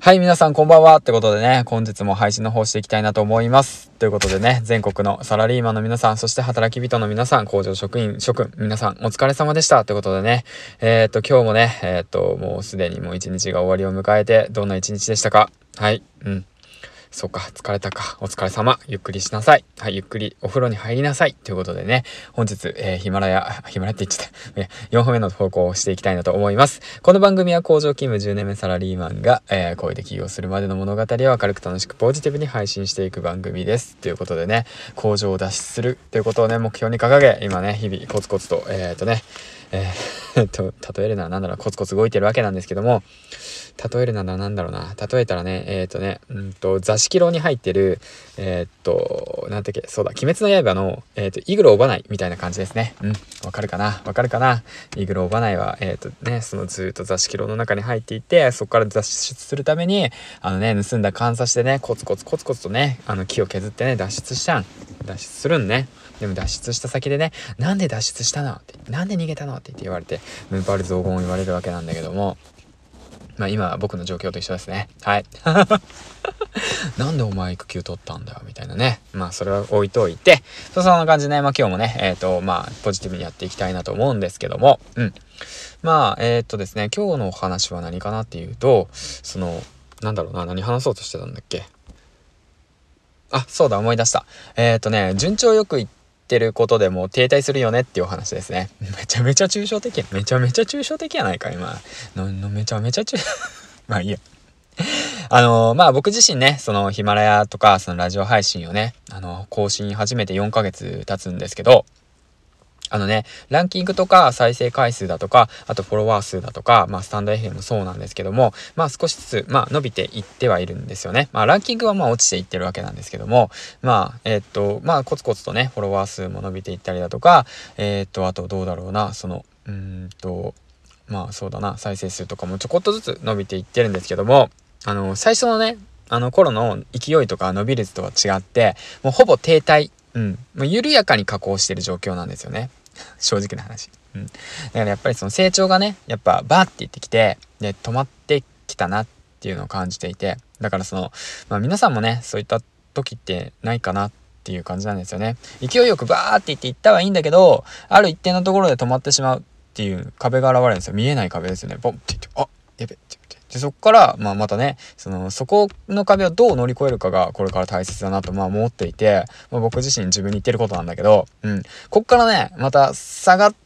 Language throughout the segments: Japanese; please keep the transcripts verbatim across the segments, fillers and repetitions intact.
はい、皆さんこんばんはってことでね、本日も配信の方していきたいなと思います。ということでね、全国のサラリーマンの皆さん、そして働き人の皆さん、工場職員、諸君、皆さんお疲れ様でした。ということでね、えー、っと、今日もね、えー、っと、もうすでにもう一日が終わりを迎えて、どんな一日でしたか？はい、うん。そうか、疲れたか。お疲れ様。ゆっくりしなさい。はい、ゆっくりお風呂に入りなさい。ということでね、本日、えー、ヒマラヤ、ヒマラヤって言っちゃった。よんほんめの投稿をしていきたいなと思います。この番組は工場勤務じゅうねんめサラリーマンが、えー、声で起業するまでの物語を明るく楽しくポジティブに配信していく番組です。ということでね、工場を脱出するということをね、目標に掲げ、今ね、日々コツコツと、えー、っとね、えー、っと、例えるならなんだろう、コツコツ動いてるわけなんですけども、例えるならなんだろうな。例えたらね、えっとね、うんと、座敷牢に入ってる、えー、っと、なんてっけ、そうだ、鬼滅の刃の、えー、っと、イグロオバナイみたいな感じですね。うん、わかるかなわかるかなイグロオバナイは、えー、っとね、そのずっと座敷牢の中に入っていて、そこから脱出するために、あのね、盗んだ監査してね、コツコツコツコツとね、あの木を削ってね、脱出したん。脱出するんね。でも脱出した先でね、なんで脱出したのって、なんで逃げたのって言って言われて、ムンパル雑言を言われるわけなんだけども、まあ今僕の状況と一緒ですね。はい。なんでお前育休取ったんだよみたいなね。まあそれは置いといて、そんな感じでね、まあ今日もね、えっと、まあポジティブにやっていきたいなと思うんですけども、うん。まあ、えっとですね、今日のお話は何かなっていうと、その、なんだろうな、何話そうとしてたんだっけ。あ、そうだ、思い出した。えっとね、順調よくいってることでも停滞するよねっていうお話ですね。めちゃめちゃ抽象的や。めちゃめちゃ抽象的やないか、今。の、のめちゃめちゃ抽象まあいいや。あのー、まあ僕自身ね、そのヒマラヤとか、そのラジオ配信をね、あのー、更新始めてよんかげつ経つんですけど、あのね、ランキングとか再生回数だとか、あとフォロワー数だとか、まあスタンド エフエム もそうなんですけども、まあ少しずつ、まあ伸びていってはいるんですよね。まあランキングはまあ落ちていってるわけなんですけども、まあ、えー、っと、まあコツコツとね、フォロワー数も伸びていったりだとか、えー、っと、あとどうだろうな、その、うーんと、まあそうだな、再生数とかもちょこっとずつ伸びていってるんですけども、あの、最初のね、あの頃の勢いとか伸び率とは違って、もうほぼ停滞、うん、もう緩やかに下降している状況なんですよね。正直な話。うん。だからやっぱりその成長がね、やっぱバーって言ってきて、で、止まってきたなっていうのを感じていて、だからその、まあ皆さんもね、そういった時ってないかなっていう感じなんですよね。勢いよくバーって言っていったはいいんだけど、ある一定のところで止まってしまうっていう壁が現れるんですよ。見えない壁ですよね。ボンって言って、あ、やべって言って。で、そこから、まあまたね、その、そこの壁をどう乗り越えるかがこれから大切だなとまあ思っていて、まあ、僕自身自分に言ってることなんだけど、うん。こっからね、また下がって、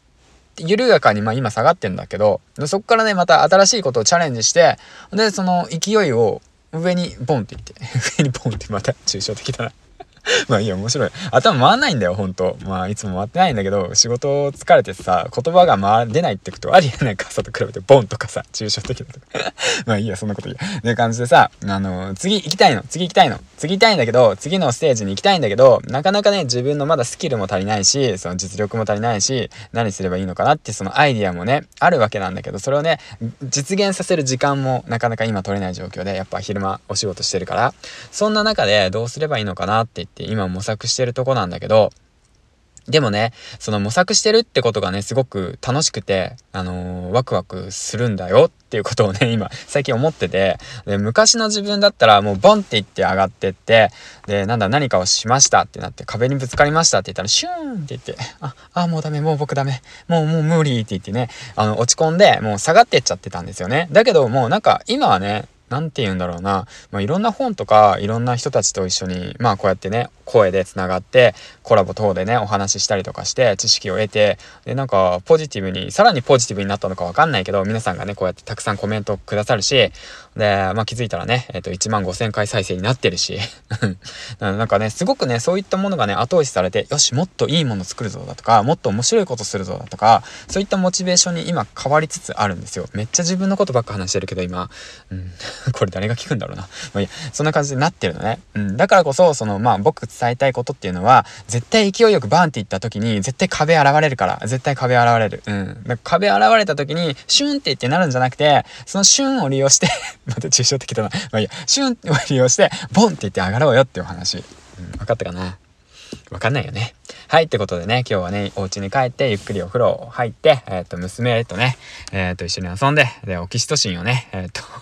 緩やかにまあ今下がってんだけど、そっからね、また新しいことをチャレンジして、で、その勢いを上にボンって言って、上にボンってまた抽象的だな。まあいいや、面白い。頭回んないんだよ、ほんと。まあいつも回ってないんだけど、仕事疲れてさ、言葉が回出ないってことありえないか、朝と比べてボンとかさ、抽象的だとか。まあいいや、そんなこといいや。って感じでさ、あの、次行きたいの。次行きたいの。次行きたいんだけど、次のステージに行きたいんだけど、なかなかね、自分のまだスキルも足りないし、その実力も足りないし、何すればいいのかなってそのアイディアもね、あるわけなんだけど、それをね、実現させる時間もなかなか今取れない状況で、やっぱ昼間お仕事してるから、そんな中でどうすればいいのかなって言って、今模索してるとこなんだけど、でもね、その模索してるってことがね、すごく楽しくて、あのー、ワクワクするんだよっていうことをね、今、最近思ってて、で、昔の自分だったらもうボンって言って上がってって、で、なんだ、何かをしましたってなって、壁にぶつかりましたって言ったら、シューンって言って、あ、あ、もうダメ、もう僕ダメ、もう、もう無理って言ってね、あの、落ち込んで、もう下がってっちゃってたんですよね。だけど、もうなんか、今はね、なんて言うんだろうな。まあ、いろんな本とか、いろんな人たちと一緒に、まあ、こうやってね、声でつながって、コラボ等でね、お話ししたりとかして、知識を得て、で、なんか、ポジティブに、さらにポジティブになったのかわかんないけど、皆さんがね、こうやってたくさんコメントくださるし、で、まあ、気づいたらね、えっと、いちまんごせんかい再生になってるし、なんかね、すごくね、そういったものがね、後押しされて、よし、もっといいもの作るぞだとか、もっと面白いことするぞだとか、そういったモチベーションに今変わりつつあるんですよ。めっちゃ自分のことばっか話してるけど、今、うんこれ誰が聞くんだろうな。まあいいや、そんな感じになってるのね。うん。だからこそ、その、まあ僕伝えたいことっていうのは、絶対勢いよくバーンっていった時に、絶対壁現れるから、絶対壁現れる。うん。だから壁現れた時に、シュンって言ってなるんじゃなくて、そのシュンを利用してまた抽象的だな。まあいいや、シュンを利用して、ボンって言って上がろうよっていうお話。うん、分かったかな？わかんないよね。はい。ってことでね、今日はね、お家に帰って、ゆっくりお風呂入って、えっと、娘とね、えっと、一緒に遊んで、で、オキシトシンをね、えっと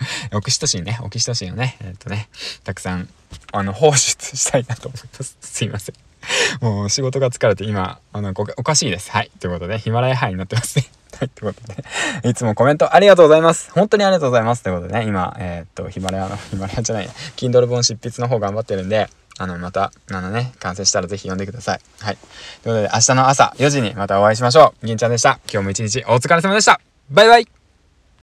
オキシトシンね、オキシトシンをね、えっとね、たくさん、あの、放出したいなと思います。すいません。もう仕事が疲れて今、あの、おかしいです。はい。ということで、ヒマラヤ杯になってますね。はい。ということで、いつもコメントありがとうございます。本当にありがとうございます。ということでね、今、えー、っと、ヒマラヤの、ヒマラヤじゃないや、Kindle 本執筆の方頑張ってるんで、あの、また、あのね、完成したらぜひ読んでください。はい。ということで、明日の朝よじにまたお会いしましょう。銀ちゃんでした。今日も一日お疲れ様でした。バイバイ。